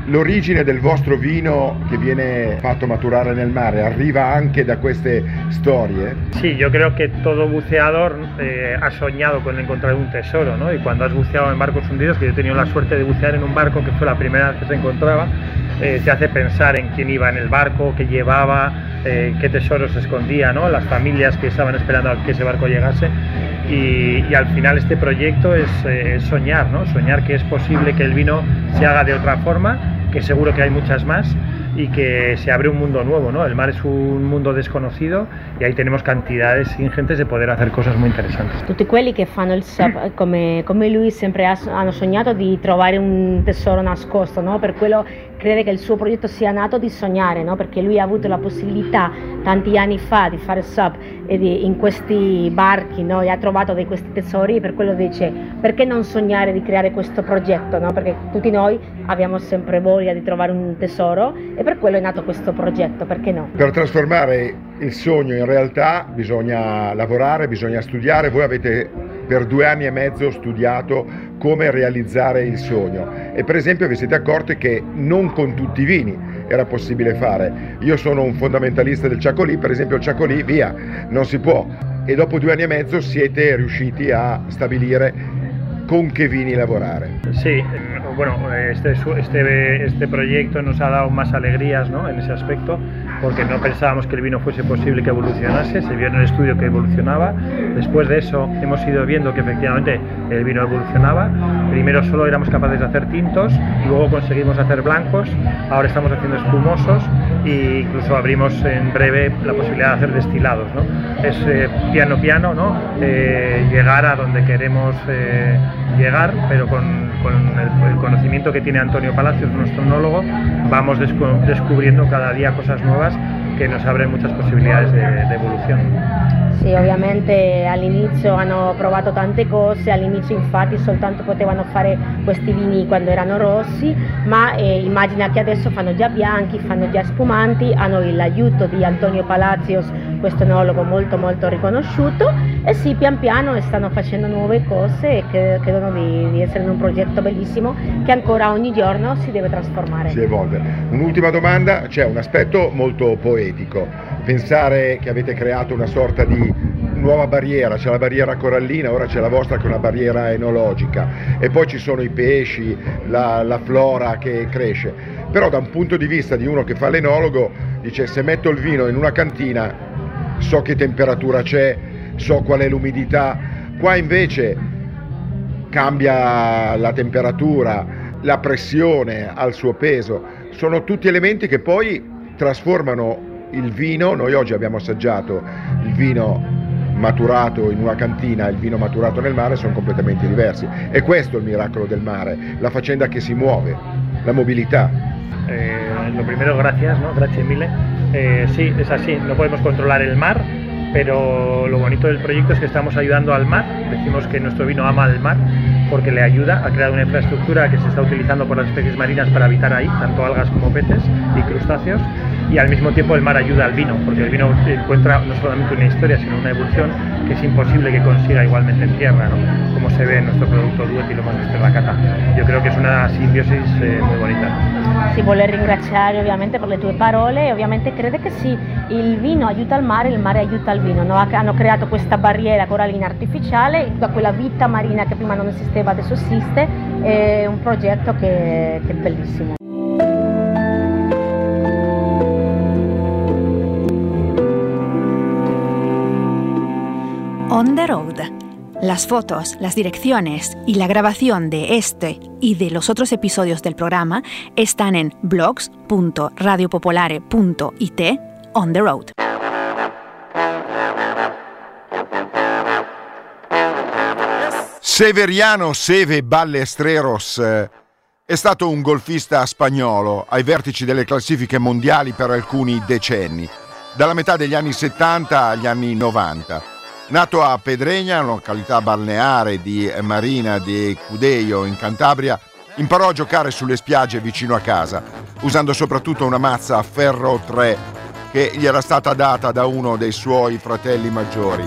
L'origine del vostro vino che viene fatto maturare nel mare arriva anche da queste storie? Sí, yo creo que todo buceador ha soñado con encontrar un tesoro, ¿no? Y cuando has buceado en barcos hundidos, que yo he tenido la suerte de bucear en un barco que fue la primera vez que se encontraba, te hace pensar en quién iba en el barco, qué llevaba, qué tesoros se escondía, ¿no? Las familias que estaban esperando a que ese barco llegase. Y al final este proyecto es soñar, ¿no? Soñar que es posible que el vino se haga de otra forma, que seguro que hay muchas más, y que se abre un mundo nuevo, ¿no? El mar es un mundo desconocido y ahí tenemos cantidades ingentes de poter hacer cose molto interessanti. Tutti quelli che fanno il SUP come lui sempre hanno sognato di trovare un tesoro nascosto, no? Per quello crede che il suo progetto sia nato di sognare, no? Perché lui ha avuto la possibilità tanti anni fa di fare SUP in questi barchi, no? E ha trovato questi tesori, e per quello dice perché non sognare di creare questo progetto, no? Perché tutti noi abbiamo sempre voglia di trovare un tesoro e per quello è nato questo progetto, perché no? Per trasformare il sogno in realtà bisogna lavorare, bisogna studiare. Voi avete per 2 anni e mezzo studiato come realizzare il sogno e per esempio vi siete accorti che non con tutti i vini era possibile fare. Io sono un fondamentalista del Chacolí, per esempio il Chacolí via, non si può, e dopo 2 anni e mezzo siete riusciti a stabilire con qué vini lavorare. Sí, bueno, este proyecto nos ha dado más alegrías, ¿no? En ese aspecto, porque no pensábamos que el vino fuese posible que evolucionase, se vio en el estudio que evolucionaba. Después de eso hemos ido viendo que efectivamente el vino evolucionaba. Primero solo éramos capaces de hacer tintos, luego conseguimos hacer blancos, ahora estamos haciendo espumosos e incluso abrimos en breve la posibilidad de hacer destilados, ¿no? Es piano piano, ¿no? Llegar a donde queremos llegar, pero con el conocimiento que tiene Antonio Palacios, nuestro enólogo, vamos descubriendo cada día cosas nuevas che nos abren muchas possibilità di evoluzione. Sì, ovviamente all'inizio hanno provato tante cose, all'inizio infatti soltanto potevano fare questi vini quando erano rossi, ma immagina che adesso fanno già bianchi, fanno già spumanti, hanno l'aiuto di Antonio Palacios, questo enologo molto molto riconosciuto, e sì, pian piano stanno facendo nuove cose e credono di essere in un progetto bellissimo che ancora ogni giorno si deve trasformare. Si evolve. Un'ultima domanda, c'è un aspetto molto poetico, pensare che avete creato una sorta di nuova barriera, c'è la barriera corallina, ora c'è la vostra che è una barriera enologica e poi ci sono i pesci, la flora che cresce, però da un punto di vista di uno che fa l'enologo dice se metto il vino in una cantina so che temperatura c'è, so qual è l'umidità, qua invece cambia la temperatura, la pressione al suo peso, sono tutti elementi che poi trasformano il vino. Noi oggi abbiamo assaggiato il vino maturato in una cantina e il vino maturato nel mare, sono completamente diversi. E questo è il miracolo del mare, la faccenda che si muove, la movilità. Lo primero, gracias, ¿no? Gracias mille. Sí, es así, no podemos controlar el mar, pero lo bonito del proyecto es que estamos ayudando al mar. Decimos que nuestro vino ama al mar porque le ayuda a crear una infraestructura que se está utilizando por las especies marinas para habitar ahí, tanto algas como peces y crustáceos, y al mismo tiempo el mar ayuda al vino, porque el vino encuentra no solamente una historia, sino una evolución que es imposible que consiga igualmente en tierra, ¿no? Como se ve en nuestro producto Duet y lo más la cata. Yo creo que es una simbiosis muy bonita. Si vuole ringraziare ovviamente per le tue parole e ovviamente crede che sì, il vino aiuta il mare aiuta il vino, no? Hanno creato questa barriera corallina artificiale, tutta quella vita marina che prima non esisteva adesso esiste, è un progetto che è bellissimo. On the Road. Las fotos, las direcciones y la grabación de este y de los otros episodios del programa están en blogs.radiopopolare.it On the Road. Severiano Seve Ballesteros è stato un golfista spagnolo ai vertici delle classifiche mondiali per alcuni decenni, dalla metà degli anni 70 agli anni 90. Nato a Pedregna, località balneare di Marina di Cudeio in Cantabria, imparò a giocare sulle spiagge vicino a casa, usando soprattutto una mazza a ferro 3 che gli era stata data da uno dei suoi fratelli maggiori.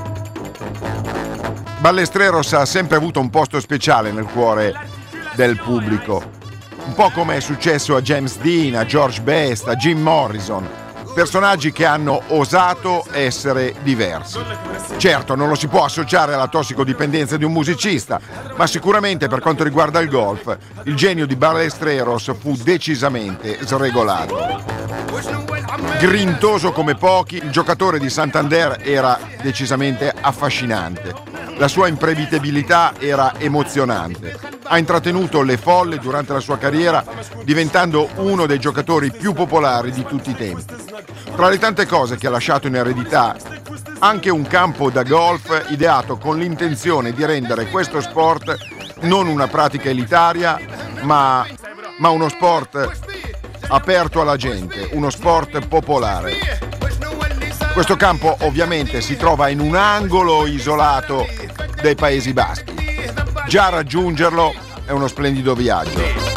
Ballesteros ha sempre avuto un posto speciale nel cuore del pubblico. un po' come è successo a James Dean, a George Best, a Jim Morrison, personaggi che hanno osato essere diversi. Certo, non lo si può associare alla tossicodipendenza di un musicista, ma sicuramente per quanto riguarda il golf, il genio di Ballesteros fu decisamente sregolato. Grintoso come pochi, il giocatore di Santander era decisamente affascinante. La sua imprevedibilità era emozionante. Ha intrattenuto le folle durante la sua carriera, diventando uno dei giocatori più popolari di tutti i tempi. Tra le tante cose che ha lasciato in eredità, anche un campo da golf ideato con l'intenzione di rendere questo sport non una pratica elitaria, ma uno sport aperto alla gente, uno sport popolare. Questo campo ovviamente si trova in un angolo isolato dei Paesi Baschi. Già raggiungerlo è uno splendido viaggio.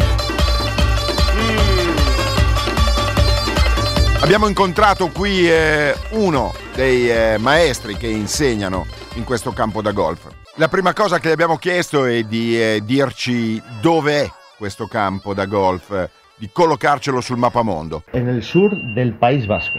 Abbiamo incontrato qui uno dei maestri che insegnano in questo campo da golf. La prima cosa che gli abbiamo chiesto è di dirci dove è questo campo da golf, di collocarcelo sul mappamondo. Nel sud del País Vasco.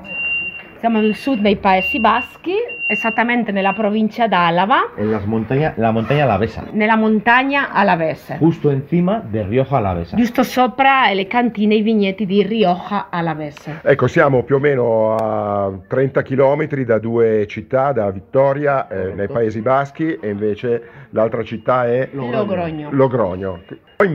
Siamo nel sud dei Paesi Baschi, esattamente nella provincia d'Álava. La montagna Alavesa. Nella montagna Alavese. Justo encima di Rioja Alavesa. Giusto sopra le cantine e i vigneti di Rioja Alavese. Ecco, siamo più o meno a 30 km da due città, da Vittoria nei Paesi Baschi, e invece l'altra città è Logrogno. In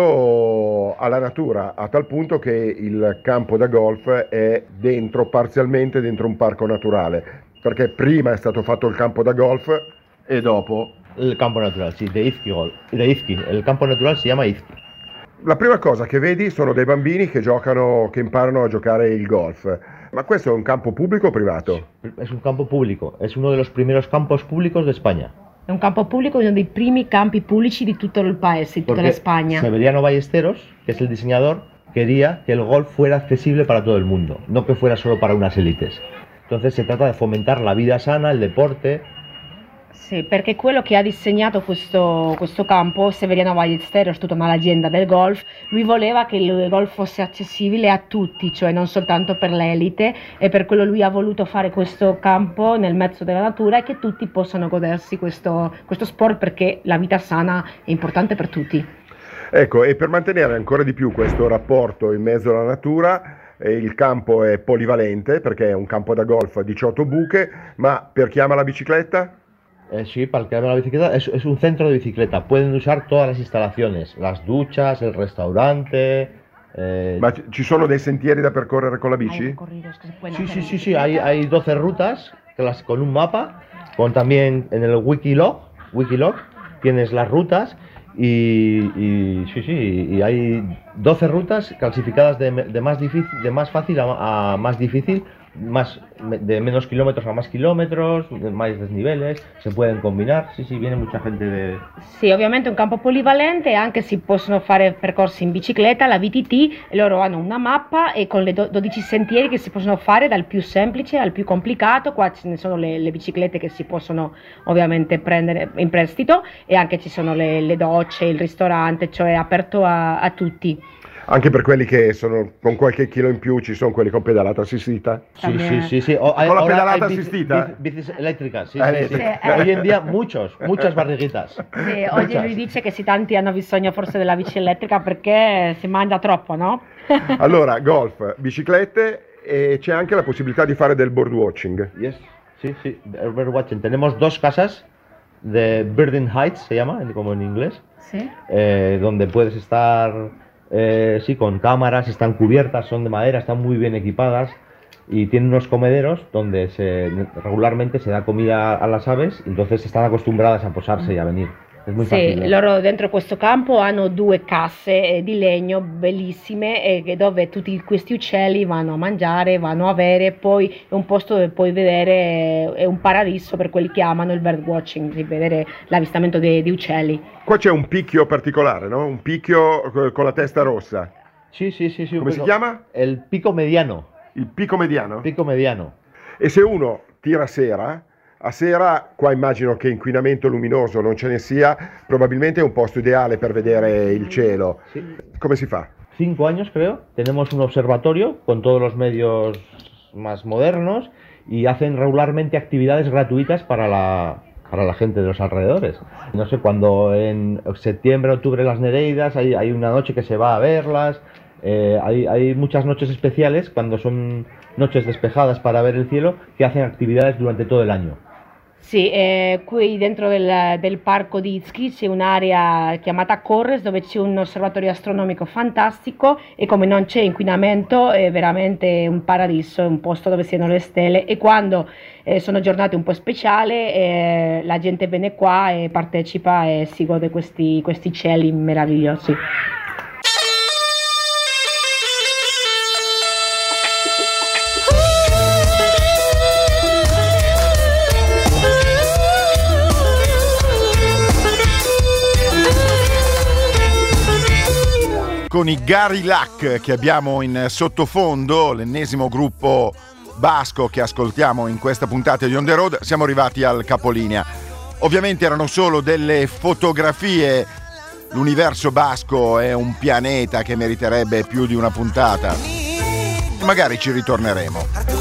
mezzo alla natura, a tal punto che il campo da golf è parzialmente dentro un parco naturale, perché prima è stato fatto il campo da golf e dopo il campo naturale, sì, de Izqui. Il campo naturale si chiama Izqui. La prima cosa che vedi sono dei bambini che imparano a giocare il golf. Ma questo è un campo público o privato? Es un campo público, es uno de los primeros campos públicos de España. È un campo pubblico, uno dei primi campi pubblici di tutto il paese, di tutta la Spagna. Severiano Ballesteros, que es el diseñador, quería que el golf fuera accesible para todo el mundo, no que fuera solo para unas élites. Entonces se trata de fomentar la vida sana, el deporte. Sì, perché quello che ha disegnato questo campo, Severiano Ballesteros, tutta una leggenda del golf, lui voleva che il golf fosse accessibile a tutti, cioè non soltanto per l'elite, e per quello lui ha voluto fare questo campo nel mezzo della natura e che tutti possano godersi questo sport, perché la vita sana è importante per tutti. Ecco, e per mantenere ancora di più questo rapporto in mezzo alla natura, il campo è polivalente perché è un campo da golf a 18 buche, ma per chi ama la bicicletta? Sí, para el que ama la bicicleta es un centro de bicicleta. Pueden usar todas las instalaciones, las duchas, el restaurante. Ma ci sono dei sentieri da percorrere con la bici? Sí. Hay 12 rutas con un mapa, también en el Wikilog tienes las rutas y hay 12 rutas clasificadas de más fácil a más difícil. De menos kilómetros a más kilómetros, más desniveles, se pueden combinar, sì, viene mucha gente de... Sì, ovviamente è un campo polivalente, anche si possono fare percorsi in bicicletta, la VTT, e loro hanno una mappa e con le 12 sentieri che si possono fare dal più semplice al più complicato. Qua ce ne sono le biciclette che si possono ovviamente prendere in prestito, e anche ci sono le docce, il ristorante, cioè aperto a tutti. Anche per quelli che sono con qualche chilo in più, ci sono quelli con pedalata assistita? Sì. Con la pedalata assistita? Bicis eléctricas, sì. Hoy en día muchas barriguitas. Sì, oggi lui dice che sì, tanti hanno bisogno forse della bici elettrica perché si mangia troppo, no? Allora, golf, biciclette, e c'è anche la possibilità di fare del birdwatching. Yes, sí, birdwatching. Tenemos dos casas de Birding Heights, se llama, como en inglés, sí. Donde puedes estar... con cámaras, están cubiertas, son de madera, están muy bien equipadas y tienen unos comederos donde regularmente se da comida a las aves, entonces están acostumbradas a posarse y a venir. È molto facile. Loro dentro questo campo hanno 2 casse di legno bellissime, dove tutti questi uccelli vanno a mangiare, vanno a bere, poi è un posto dove puoi vedere, è un paradiso per quelli che amano il birdwatching, di vedere l'avvistamento di uccelli. Qua c'è un picchio particolare, no? Un picchio con la testa rossa. Sì. Come si chiama? Il picco mediano. Il picco mediano? Picco mediano. E se uno tira sera, A sera, qua immagino che inquinamento luminoso non ce ne sia, probabilmente è un posto ideale per vedere il cielo. Sí. ¿Cómo se fa? 5 años creo, tenemos un observatorio con todos los medios más modernos y hacen regularmente actividades gratuitas para la gente de los alrededores. No sé, cuando en septiembre, octubre las Nereidas, hay una noche que se va a verlas, hay muchas noches especiales cuando son noches despejadas para ver el cielo que hacen actividades durante todo el año. Sì, qui dentro del parco di Ischia c'è un'area chiamata Corres dove c'è un osservatorio astronomico fantastico e come non c'è inquinamento è veramente un paradiso, un posto dove si vedono le stelle e quando sono giornate un po' speciali la gente viene qua e partecipa e si gode questi cieli meravigliosi. Con i Garilak che abbiamo in sottofondo, l'ennesimo gruppo basco che ascoltiamo in questa puntata di On The Road, siamo arrivati al capolinea. Ovviamente erano solo delle fotografie, l'universo basco è un pianeta che meriterebbe più di una puntata e magari ci ritorneremo.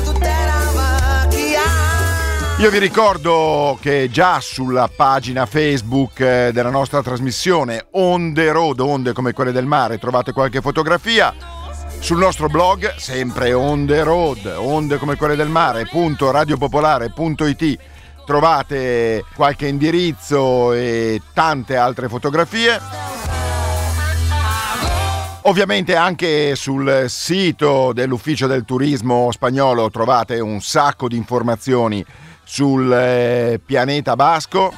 Io vi ricordo che già sulla pagina Facebook della nostra trasmissione On The Road, onde come quelle del mare, trovate qualche fotografia. Sul nostro blog, sempre On The Road, onde come quelle del mare.radiopopolare.it, trovate qualche indirizzo e tante altre fotografie. Ovviamente anche sul sito dell'Ufficio del Turismo spagnolo trovate un sacco di informazioni sul pianeta basco.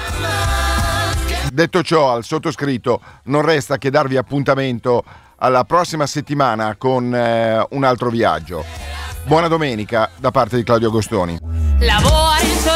Detto ciò, al sottoscritto non resta che darvi appuntamento alla prossima settimana con un altro viaggio. Buona domenica da parte di Claudio Agostoni. La boa